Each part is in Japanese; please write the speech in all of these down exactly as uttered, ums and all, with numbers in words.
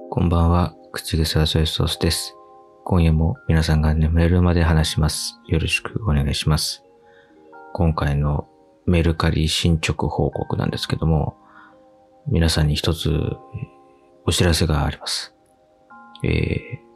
こんばんは、口癖はソイソースです。今夜も皆さんが眠れるまで話します。よろしくお願いします。今回のメルカリ進捗報告なんですけども、皆さんに一つお知らせがあります。えー、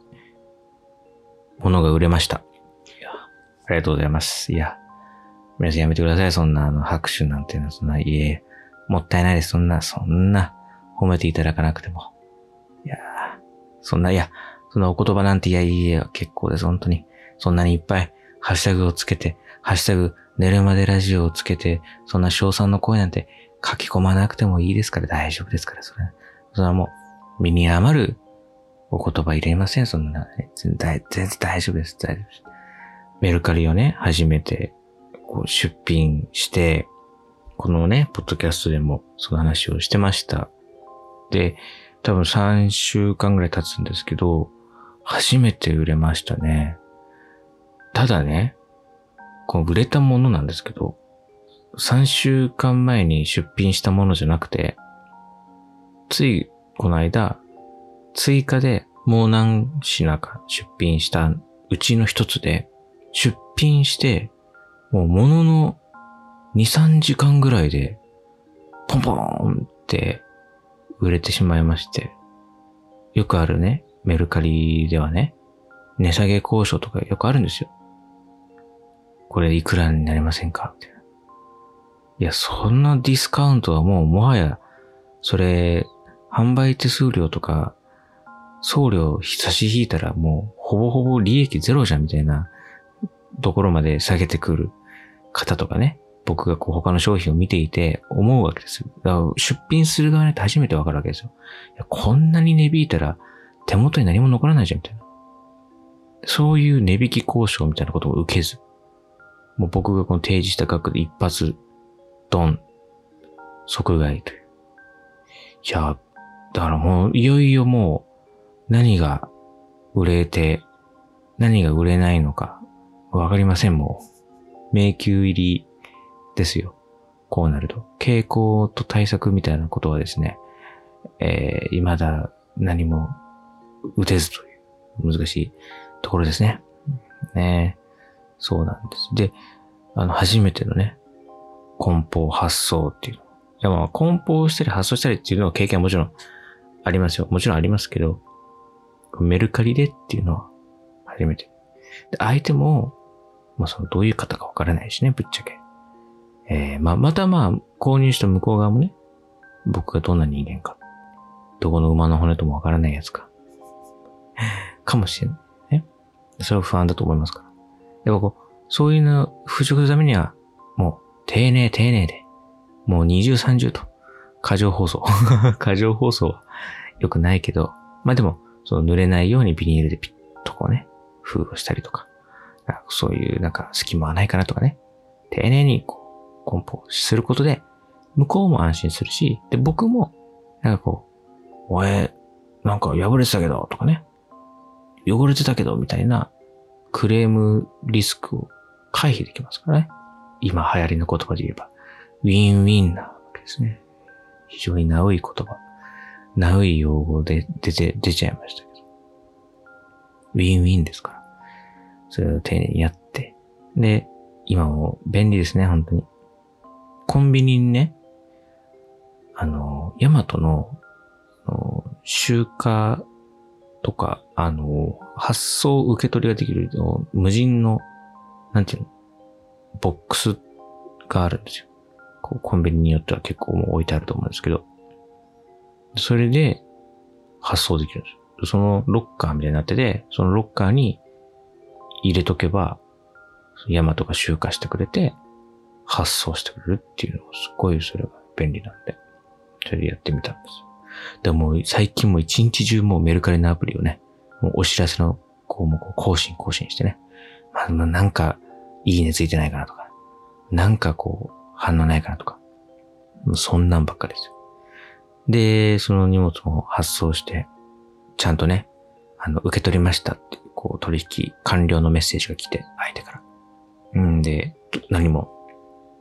物が売れました。いや、ありがとうございます。いや、皆さんやめてください。そんなあの拍手なんていうのは、そんな、いえ、もったいないです。そんな、そんな褒めていただかなくても。いやー、そんな、いや、そんなお言葉なんていやいや結構です。本当に。そんなにいっぱいハッシュタグをつけて、ハッシュタグ寝るまでラジオをつけて、そんな称賛の声なんて書き込まなくてもいいですから大丈夫ですから、それ。それはもう、身に余るお言葉入れません。そんな、全然大丈夫です。大丈夫です。メルカリをね、初めてこう出品して、このね、ポッドキャストでもその話をしてました。で、多分さんしゅうかんぐらい経つんですけど、初めて売れましたね。ただね、この売れたものなんですけど、さんしゅうかんまえに出品したものじゃなくて、ついこの間、追加でもう何品か出品したうちの一つで、出品して、もうもののに、さんじかんぐらいで、ポンポーンって売れてしまいまして、よくあるね、メルカリではね、値下げ交渉とかよくあるんですよ。これいくらになりませんかみたいな。いや、そんなディスカウントはもうもはや、それ、販売手数料とか、送料差し引いたらもうほぼほぼ利益ゼロじゃんみたいなところまで下げてくる方とかね、僕がこう他の商品を見ていて思うわけですよ。だから出品する側にと初めてわかるわけですよ。いや、こんなに値引いたら手元に何も残らないじゃんみたいな。そういう値引き交渉みたいなことを受けず、もう僕がこの提示した額で一発、ドン、即買いという。いや、だからもういよいよもう何が売れて、何が売れないのかわかりません。もう迷宮入りですよ。こうなると。傾向と対策みたいなことはですね、えー、未だ何も打てずという難しいところですね。ねえ。そうなんです。で、あの、初めてのね、梱包発送っていう。いや、まあ、梱包したり発送したりっていうのは経験はもちろんありますよ。もちろんありますけど、メルカリでっていうのは初めて。で、相手も、まあ、その、どういう方かわからないしね、ぶっちゃけ。えー、まあ、またまあ、購入した向こう側もね、僕がどんな人間か。どこの馬の骨ともわからないやつか。かもしれない。ね。それは不安だと思いますから。やっぱこう、そういうのを払拭するためには、もう、丁寧丁寧で、もう二重三重と、過剰包装。過剰包装は良くないけど、まあでも、その濡れないようにビニールでピッとこうね、封をしたりとか、そういうなんか隙間はないかなとかね、丁寧にこう、梱包することで、向こうも安心するし、で、僕も、なんかこう、おえ、なんか破れてたけど、とかね、汚れてたけど、みたいな、クレームリスクを回避できますからね。今流行りの言葉で言えば、ウィンウィンなわけですね。非常にナウい言葉。ナウい用語で出て、出ちゃいましたけど。ウィンウィンですから。それを丁寧にやって。で、今も便利ですね、本当に。コンビニにね、あの、ヤマトの、あの集荷とか、あの、発送受け取りができる無人の、なんていうの、ボックスがあるんですよ。こうコンビニによっては結構もう置いてあると思うんですけど、それで発送できるんですよ。そのロッカーみたいになってて、そのロッカーに入れとけば、ヤマトが集荷してくれて、発送してくれるっていうのがすごいそれが便利なんで、それでやってみたんですよ。でも最近も一日中もうメルカリのアプリをね、もうお知らせの項目を更新更新してね、まあ、なんかいいねついてないかなとか、なんかこう反応ないかなとか、そんなんばっかりですよ。で、その荷物を発送して、ちゃんとね、あの、受け取りましたっていう、こう、取引完了のメッセージが来て、相手から。うんで、何も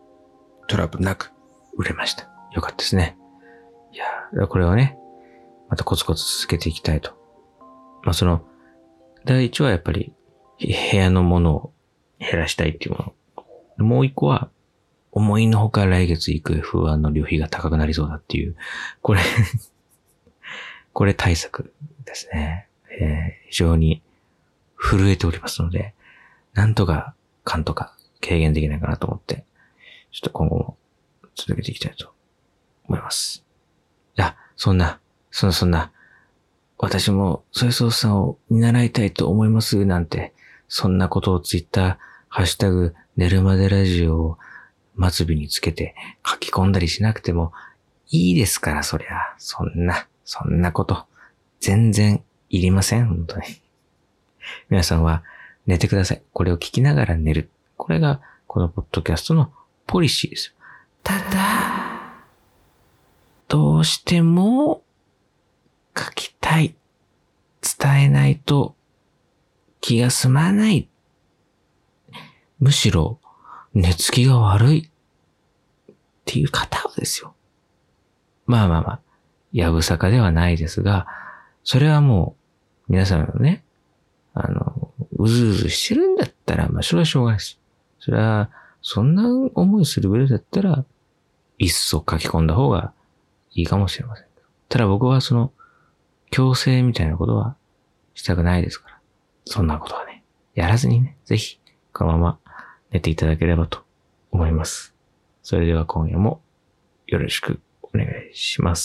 トラブルなく売れました。よかったですね。いや、これはね、 またコツコツ続けていきたいと。まあその、第一はやっぱり部屋のものを減らしたいっていうもの。もう一個は、思いのほか来月行く エフワン の旅費が高くなりそうだっていう、これこれ対策ですね。えー、非常に震えておりますので、なんとか、かんとか軽減できないかなと思って、ちょっと今後も続けていきたいと思います。いや、そんな、そんなそんな、私もソイソースさんを見習いたいと思いますなんて、そんなことをツイッター、ハッシュタグ、寝るまでラジオを末尾につけて書き込んだりしなくてもいいですから、そりゃ。そんな、そんなこと、全然いりません、本当に。皆さんは寝てください。これを聞きながら寝る。これが、このポッドキャストのポリシーですよ。ただ、どうしても書きたい。伝えないと気が済まない。むしろ寝つきが悪いっていう方はですよ。まあまあまあ、やぶさかではないですが、それはもう皆さんのね、あの、うずうずしてるんだったら、まあそれはしょうがないです。それは、そんな思いする上だったら、いっそ書き込んだ方がいいかもしれません。ただ僕はその、強制みたいなことはしたくないですから。そんなことはね、やらずにね、ぜひ、このまま寝ていただければと思います。それでは今夜もよろしくお願いします。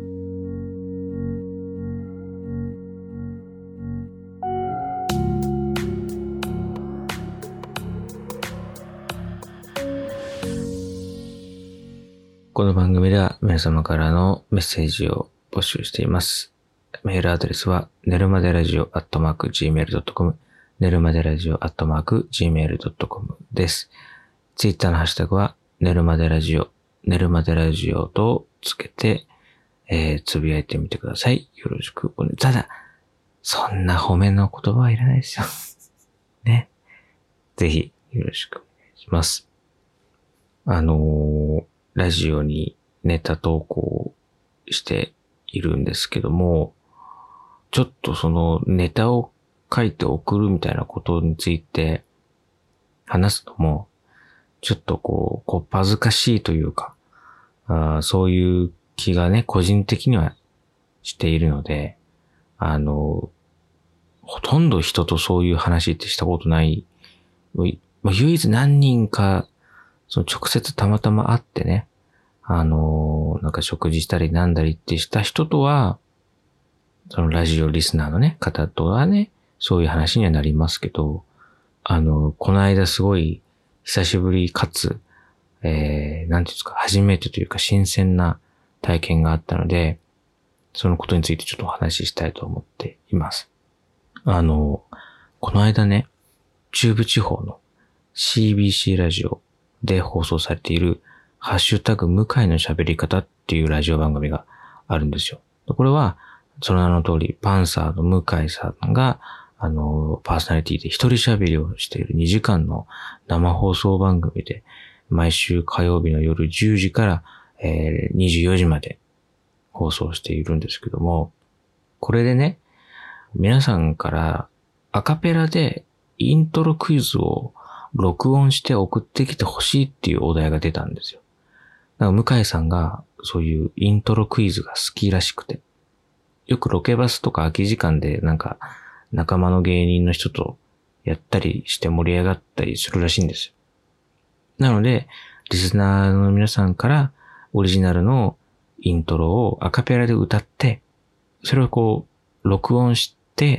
この番組では皆様からのメッセージを募集しています。メールアドレスは、ねるまでラジオアットマークジーメールドットコム、ねるまでラジオアットマークジーメールドットコム です。ツイッターのハッシュタグは、ねるまでラジオ、ねるまでラジオとつけて、えー、つぶやいてみてください。よろしくお願い。ただ、そんな褒めの言葉はいらないですよ。ね。ぜひ、よろしくお願いします。あのー、ラジオにネタ投稿しているんですけども、ちょっとそのネタを書いて送るみたいなことについて話すのも、ちょっとこう、こっぱずかしいというか、あそういう気がね、個人的にはしているので、あの、ほとんど人とそういう話ってしたことない、唯一何人か、その直接たまたま会ってね、あの、なんか食事したりなんだりってした人とは、そのラジオリスナーのね、方とはね、そういう話にはなりますけど、あの、この間すごい久しぶりかつ、えー、なんていうんですか、初めてというか新鮮な体験があったので、そのことについてちょっとお話ししたいと思っています。あの、この間ね、中部地方の シービーシー ラジオで放送されているハッシュタグ向井の喋り方っていうラジオ番組があるんですよ。これは、その名の通り、パンサーの向井さんが、あの、パーソナリティで一人喋りをしているにじかんの生放送番組で、毎週火曜日の夜じゅうじから、えー、にじゅうよじまで放送しているんですけども、これでね、皆さんからアカペラでイントロクイズを録音して送ってきてほしいっていうお題が出たんですよ。だから向井さんがそういうイントロクイズが好きらしくて、よくロケバスとか空き時間でなんか仲間の芸人の人とやったりして盛り上がったりするらしいんですよ。なので、リスナーの皆さんからオリジナルのイントロをアカペラで歌って、それをこう、録音して、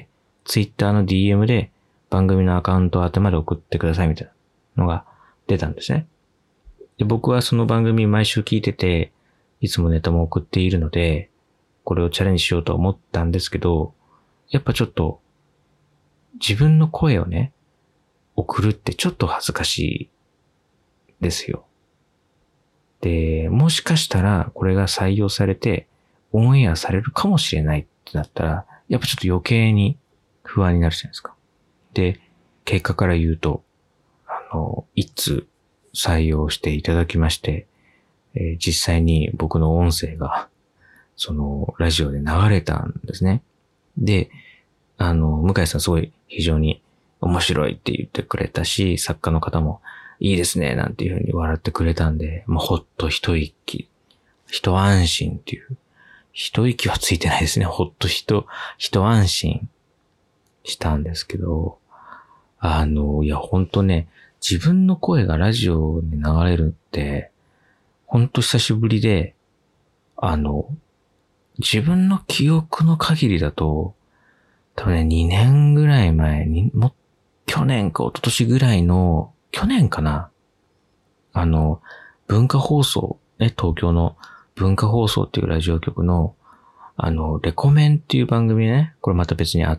ツイッターの ディーエム で番組のアカウント宛てまで送ってくださいみたいなのが出たんですね。で、僕はその番組毎週聞いてて、いつもネタも送っているので、これをチャレンジしようと思ったんですけど、やっぱちょっと、自分の声をね、送るってちょっと恥ずかしいですよ。で、もしかしたらこれが採用されてオンエアされるかもしれないってなったら、やっぱちょっと余計に不安になるじゃないですか。で、結果から言うと、あの、一通採用していただきまして、えー、実際に僕の音声がその、ラジオで流れたんですね。で、あの、向井さんすごい非常に面白いって言ってくれたし、作家の方もいいですね、なんていうふうに笑ってくれたんで、もうほっと一息、一安心っていう、一息はついてないですね。ほっと一、一安心したんですけど、あの、いや、ほんとね、自分の声がラジオに流れるって、ほんと久しぶりで、あの、自分の記憶の限りだと、多分ね、にねんぐらい前に、も、去年か一昨年ぐらいの、去年かなあの、文化放送、ね、東京の文化放送っていうラジオ局の、あの、レコメンっていう番組ね、これまた別にあって、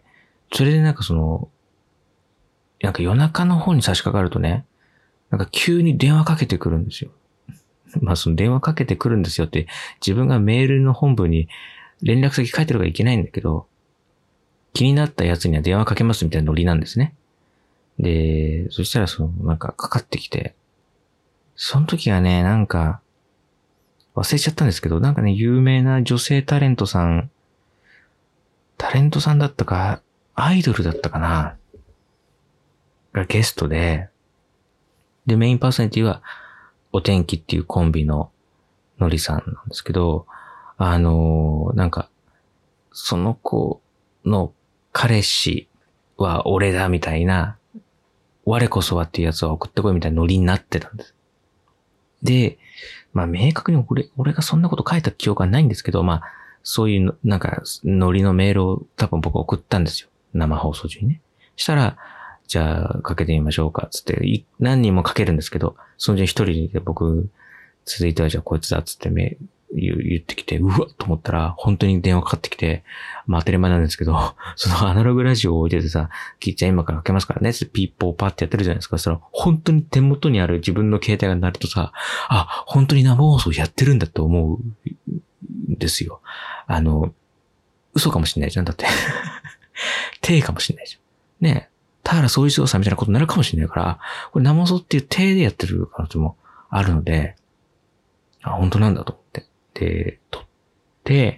それでなんかその、なんか夜中の方に差し掛かるとね、なんか急に電話かけてくるんですよ。まあその電話かけてくるんですよって、自分がメールの本部に連絡先書いてるからいけないんだけど、気になったやつには電話かけますみたいなノリなんですね。で、そしたらその、なんかかかってきて、その時はね、なんか、忘れちゃったんですけど、なんかね、有名な女性タレントさん、タレントさんだったか、アイドルだったかな、がゲストで、で、メインパーソナリティは、お天気っていうコンビののりさんなんですけど、あのー、なんか、その子の彼氏は俺だみたいな、我こそはっていうやつは送ってこいみたいなノリになってたんです。で、まあ明確に俺、俺がそんなこと書いた記憶はないんですけど、まあ、そういうの、なんか、ノリのメールを多分僕送ったんですよ。生放送中にね。したら、じゃあ、かけてみましょうか、つって、何人もかけるんですけど、そのうち一人で僕、続いてはじゃあこいつだ、つってめ言ってきて、うわっと思ったら、本当に電話かかってきて、まあ当たり前なんですけど、そのアナログラジオを置いててさ、聞いちゃん今からかけますからね、つってピーポーパーってやってるじゃないですか。その本当に手元にある自分の携帯が鳴るとさ、あ、本当に生放送やってるんだって思うんですよ。あの、嘘かもしんないじゃん、だって。手かもしんないじゃん。ねえ。田原総一郎さんみたいなことになるかもしれないから、これ生放送っていう手でやってる可能性もあるので、あ、本当なんだと思って。で、撮って、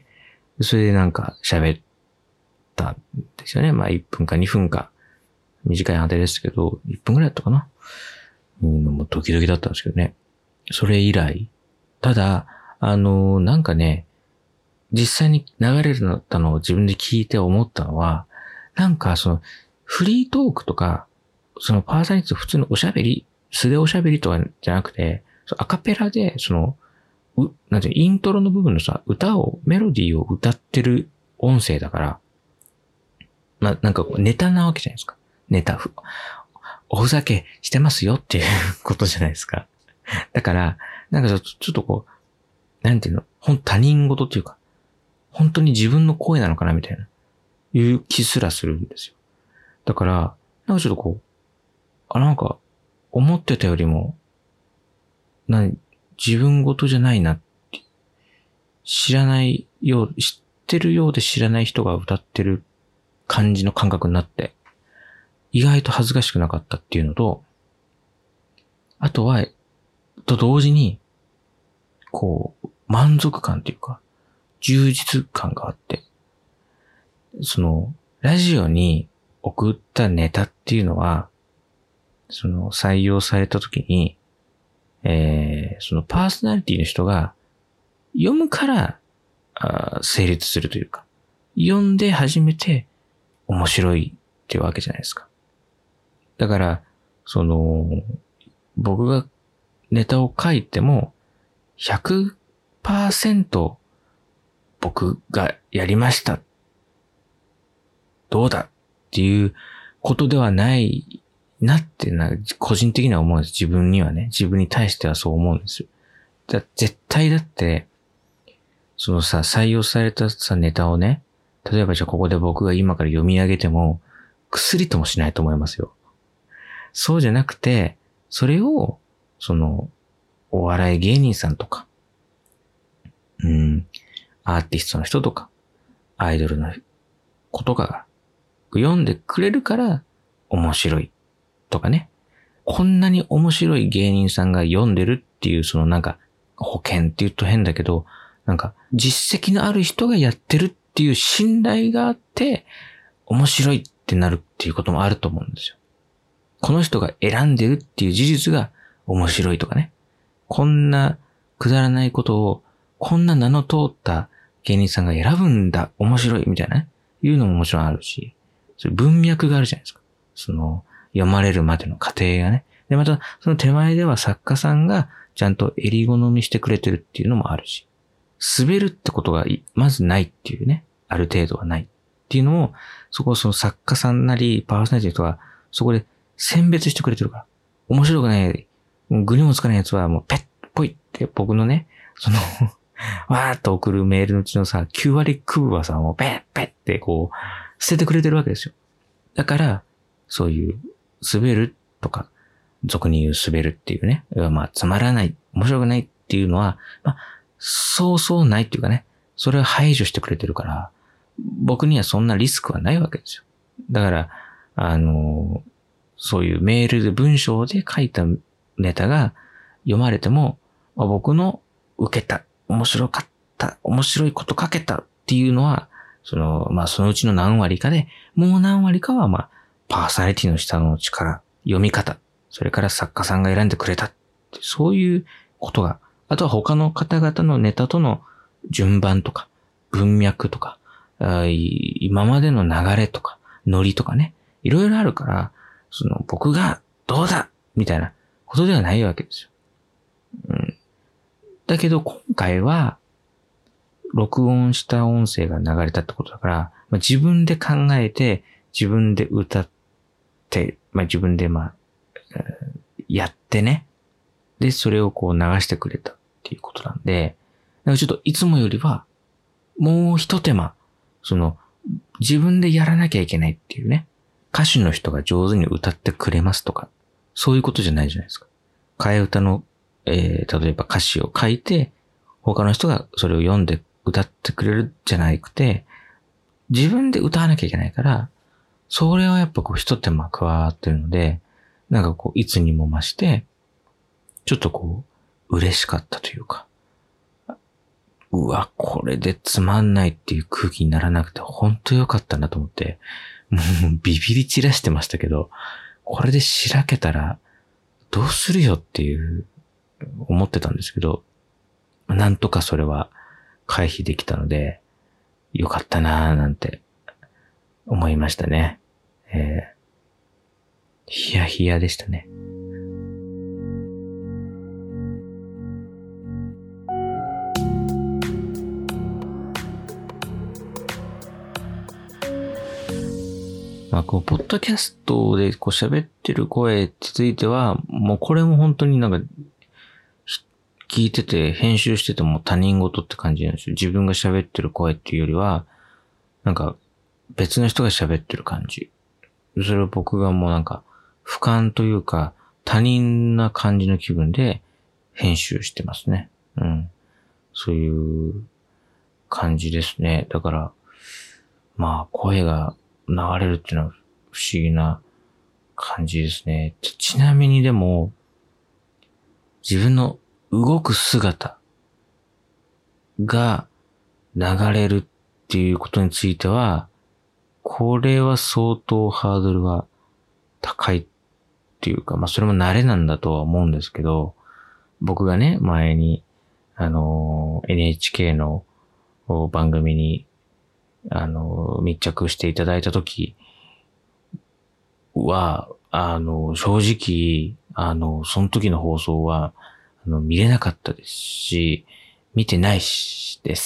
それでなんか喋ったんですよね。まあいっぷんかにふんか。短い判定ですけど、いっぷんぐらいだったかな。うん、もうドキドキだったんですけどね。それ以来。ただ、あのー、なんかね、実際に流れるのたのを自分で聞いて思ったのは、なんかその、フリートークとか、そのパーソナリティ普通のおしゃべり、素でおしゃべりとかじゃなくて、アカペラで、その、う、なんていう、イントロの部分のさ、歌を、メロディーを歌ってる音声だから、まあ、なんかこうネタなわけじゃないですか。ネタ、おふざけしてますよっていうことじゃないですか。だから、なんかちょっとこう、なんていうの、ほん、他人事っていうか、本当に自分の声なのかなみたいな、いう気すらするんですよ。だから、なんかちょっとこう、あ、なんか、思ってたよりも、な、自分事じゃないなって、知らないよう、知ってるようで知らない人が歌ってる感じの感覚になって、意外と恥ずかしくなかったっていうのと、あとは、と同時に、こう、満足感っていうか、充実感があって、その、ラジオに送ったネタっていうのは、その採用された時に、えー、そのパーソナリティの人が読むからあ成立するというか、読んで初めて面白いっていうわけじゃないですか。だから、その、僕がネタを書いても ひゃくパーセント 僕がやりました。どうだっていうことではないなってな、個人的には思うんです。自分にはね。自分に対してはそう思うんですよ。だ絶対だって、そのさ、採用されたさ、ネタをね、例えばじゃあここで僕が今から読み上げても、薬ともしないと思いますよ。そうじゃなくて、それを、その、お笑い芸人さんとか、うん、アーティストの人とか、アイドルの子とかが、読んでくれるから面白いとかね。こんなに面白い芸人さんが読んでるっていうそのなんか保険って言うと変だけど、 なんか実績のある人がやってるっていう信頼があって面白いってなるっていうこともあると思うんですよ。この人が選んでるっていう事実が面白いとかね。こんなくだらないことをこんな名の通った芸人さんが選ぶんだ、面白いみたいなね。いうのももちろんあるし、それ文脈があるじゃないですか。その読まれるまでの過程がね。で、またその手前では作家さんがちゃんと襟好みしてくれてるっていうのもあるし、滑るってことがまずないっていうね。ある程度はないっていうのも、そこをその作家さんなりパーソナリティの人がそこで選別してくれてるから。面白くない、具にもつかないやつはもうペッポイって僕のね、そのわーっと送るメールのうちのさ、きゅうわりくぶはさ、もうペッペッってこう、捨ててくれてるわけですよ。だから、そういう、滑るとか、俗に言う滑るっていうね、まあ、つまらない、面白くないっていうのは、まあ、そうそうないっていうかね、それを排除してくれてるから、僕にはそんなリスクはないわけですよ。だから、あの、そういうメールで文章で書いたネタが読まれても、僕の受けた、面白かった、面白いこと書けたっていうのは、その、まあそのうちの何割かで、もう何割かはまあ、パーソナリティの下の力、読み方、それから作家さんが選んでくれたって、そういうことが、あとは他の方々のネタとの順番とか、文脈とか、今までの流れとか、ノリとかね、いろいろあるから、その僕がどうだみたいなことではないわけですよ。うん、だけど今回は、録音した音声が流れたってことだから、まあ、自分で考えて、自分で歌って、まあ、自分でまあ、やってね。で、それをこう流してくれたっていうことなんで、なんかちょっといつもよりは、もう一手間、その、自分でやらなきゃいけないっていうね。歌手の人が上手に歌ってくれますとか、そういうことじゃないじゃないですか。替え歌の、えー、例えば歌詞を書いて、他の人がそれを読んで歌ってくれるじゃなくて、自分で歌わなきゃいけないから、それはやっぱこう一手間加わってるので、なんかこういつにも増して、ちょっとこう嬉しかったというか、うわ、これでつまんないっていう空気にならなくて本当良かったなと思って、もうビビり散らしてましたけど、これでしらけたらどうするよっていう思ってたんですけど、なんとかそれは回避できたので、よかったなぁなんて思いましたね。えー、ヒヤヒヤでしたね。まあ、こう、ポッドキャストでこう喋ってる声については、もうこれも本当になんか、聞いてて、編集してても他人事って感じなんですよ。自分が喋ってる声っていうよりは、なんか、別の人が喋ってる感じ。それを僕がもうなんか、俯瞰というか、他人な感じの気分で編集してますね。うん。そういう感じですね。だから、まあ、声が流れるっていうのは不思議な感じですね。ち、ちなみにでも、自分の動く姿が流れるっていうことについては、これは相当ハードルは高いっていうか、まあそれも慣れなんだとは思うんですけど、僕がね、前に、あの、エヌエイチケー の番組に、あの、密着していただいたときは、あの、正直、あの、その時の放送は、あの、見れなかったですし、見てないし、です。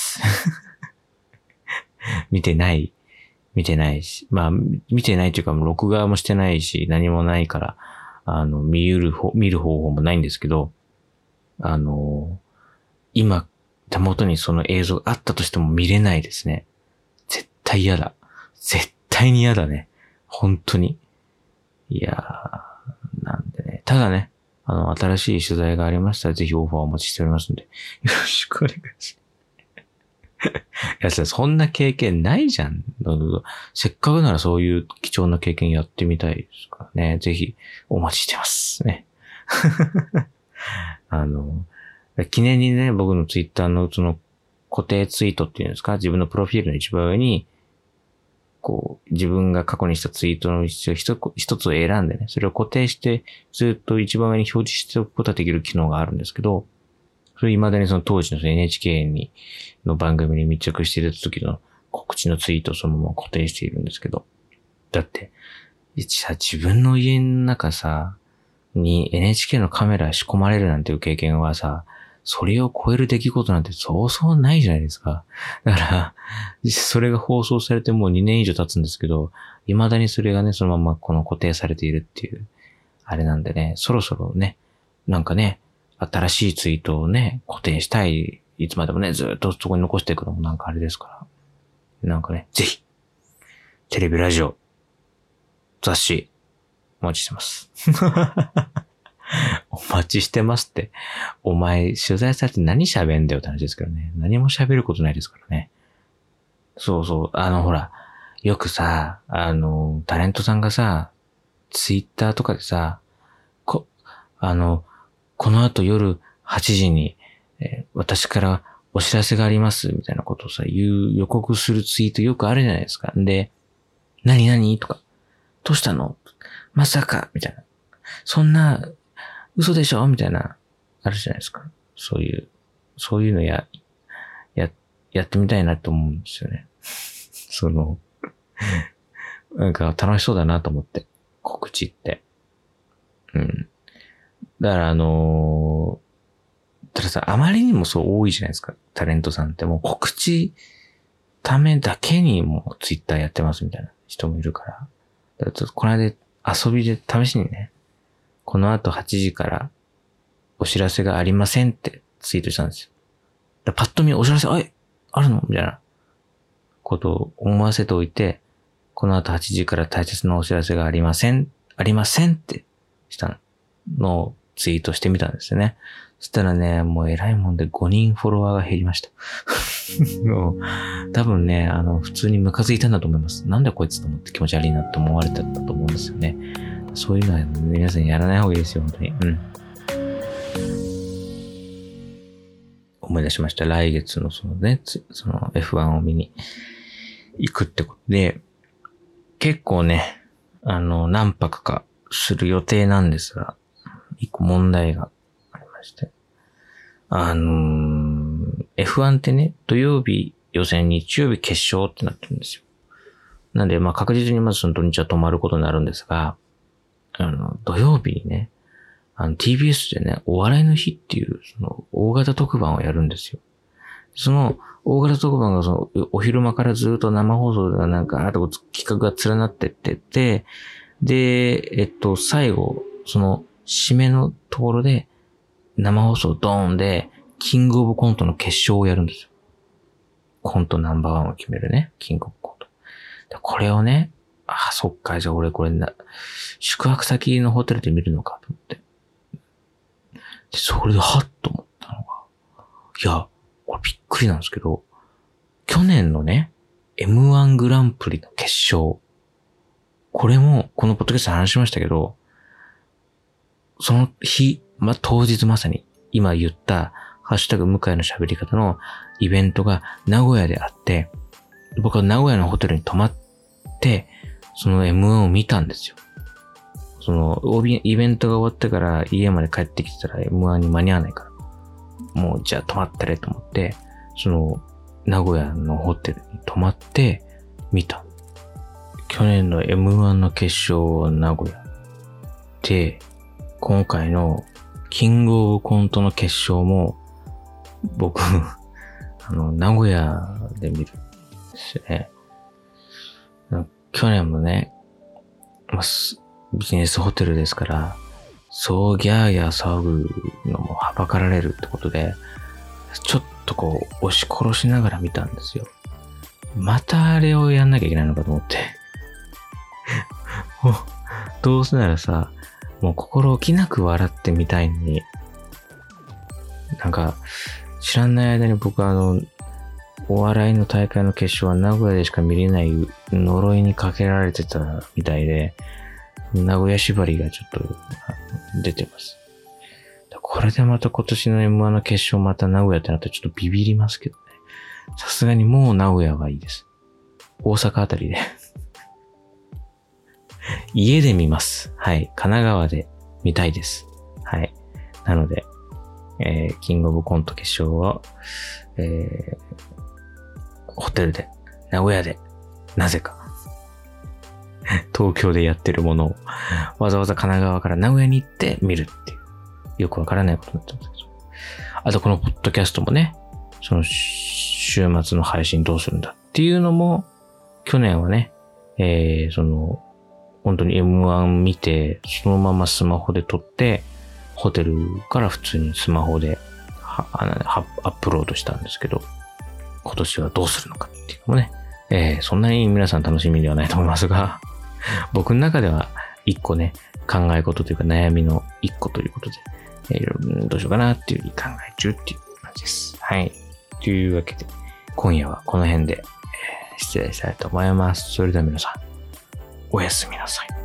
見てない、見てないし、まあ、見てないというか、録画もしてないし、何もないから、あの、見る方、見る方法もないんですけど、あの、今、手元にその映像があったとしても見れないですね。絶対嫌だ。絶対に嫌だね。本当に。いやー、なんでね。ただね、あの、新しい取材がありましたら、ぜひオファーをお待ちしておりますので、よろしくお願いします。いや、そんな経験ないじゃん。せっかくならそういう貴重な経験やってみたいですからね。ぜひ、お待ちしてますね。あの、記念にね、僕のツイッターのその固定ツイートっていうんですか、自分のプロフィールの一番上に、こう、自分が過去にしたツイートの一つ一つを選んでね、それを固定して、ずっと一番上に表示しておくことができる機能があるんですけど、それ未だにその当時の エヌエイチケー に、の番組に密着していた時の告知のツイートをそのまま固定しているんですけど、だって、さ、自分の家の中さ、に エヌエイチケー のカメラ仕込まれるなんていう経験はさ、それを超える出来事なんてそうそうないじゃないですか。だから、それが放送されてもうにねん以上経つんですけど、未だにそれがね、そのままこの固定されているっていう、あれなんでね、そろそろね、なんかね、新しいツイートをね、固定したい、いつまでもね、ずっとそこに残していくのもなんかあれですから。なんかね、ぜひ、テレビ、ラジオ、雑誌、お待ちしてます。お待ちしてますって。お前、取材されて何喋んだよって話ですけどね。何も喋ることないですからね。そうそう。あの、ほら、よくさ、あの、タレントさんがさ、ツイッターとかでさ、こ、あの、この後夜はちじに、えー、私からお知らせがあります、みたいなことをさ、言う予告するツイートよくあるじゃないですか。で、何何とか、どうしたのまさかみたいな。そんな、嘘でしょみたいな、あるじゃないですか。そういう、そういうのや、や、やってみたいなと思うんですよね。その、なんか楽しそうだなと思って、告知って。うん。だからあのー、たださ、あまりにもそう多いじゃないですか。タレントさんってもう告知ためだけにもうツイッターやってますみたいな人もいるから。だからちょっとこの間遊びで試しにね、この後はちじからお知らせがありませんってツイートしたんですよ。だパッと見お知らせ、あい、あるのみたいなことを思わせておいて、この後はちじから大切なお知らせがありません、ありませんってしたのをツイートしてみたんですよね。そしたらね、もう偉いもんでごにんフォロワーが減りました。もう多分ね、あの、普通にムカついたんだと思います。なんでこいつと思って気持ち悪いなって思われてたと思うんですよね。そういうのは皆さんやらない方がいいですよ、本当に。うん。思い出しました。来月のそのね、その エフワン を見に行くってことで、結構ね、あの、何泊かする予定なんですが、一個問題がありまして。あのー、エフワン ってね、土曜日予選、日曜日決勝ってなってるんですよ。なんで、まあ確実にまずその土日は止まることになるんですが、あの、土曜日にね、あの ティービーエス でね、お笑いの日っていう、その、大型特番をやるんですよ。その、大型特番がその、お昼間からずっと生放送がなんか、あと企画が連なってってて、で、えっと、最後、その、締めのところで、生放送ドーンで、キングオブコントの決勝をやるんですよ。コントナンバーワンを決めるね、キングオブコント。でこれをね、あ、そっか、じゃあ俺これな、宿泊先のホテルで見るのかと思って。で、それでハッと思ったのが、いや、これびっくりなんですけど、去年のね、エムワン グランプリの決勝。これも、このポッドキャストで話しましたけど、その日、ま、当日まさに、今言った、ハッシュタグ向井の喋り方のイベントが名古屋であって、僕は名古屋のホテルに泊まって、その エムワン を見たんですよ。その、イベントが終わってから家まで帰ってきてたら エムワン に間に合わないから。もう、じゃあ泊まったれと思って、その、名古屋のホテルに泊まって見た。去年の エムワン の決勝は名古屋。で、今回のキングオブコントの決勝も、僕、あの、名古屋で見るんですよね。去年もね、まあ、ビジネスホテルですから、そうギャーギャー騒ぐのもはばかられるってことで、ちょっとこう、押し殺しながら見たんですよ。またあれをやんなきゃいけないのかと思って。どうせならさ、もう心置きなく笑ってみたいのに、なんか、知らない間に僕はあの、お笑いの大会の決勝は名古屋でしか見れない呪いにかけられてたみたいで、名古屋縛りがちょっと出てます。これでまた今年の エムワン の決勝また名古屋ってなったらちょっとビビりますけどね。 さすがにもう名古屋はいいです。大阪あたりで。家で見ます。はい。神奈川で見たいです。はい。なので、えー、キングオブコント決勝は、えー、ホテルで、名古屋で、なぜか、東京でやってるものを、わざわざ神奈川から名古屋に行って見るっていう、よくわからないことになってますけど。あとこのポッドキャストもね、その週末の配信どうするんだっていうのも、去年はね、えー、その、本当に エムワン 見て、そのままスマホで撮って、ホテルから普通にスマホでははアップロードしたんですけど、今年はどうするのかっていうのもね、えー、そんなに皆さん楽しみではないと思いますが、僕の中では一個ね、考え事というか悩みの一個ということで、えー、どうしようかなっていう考え中っていう感じです。はい。というわけで、今夜はこの辺で、えー、失礼したいと思います。それでは皆さん、おやすみなさい。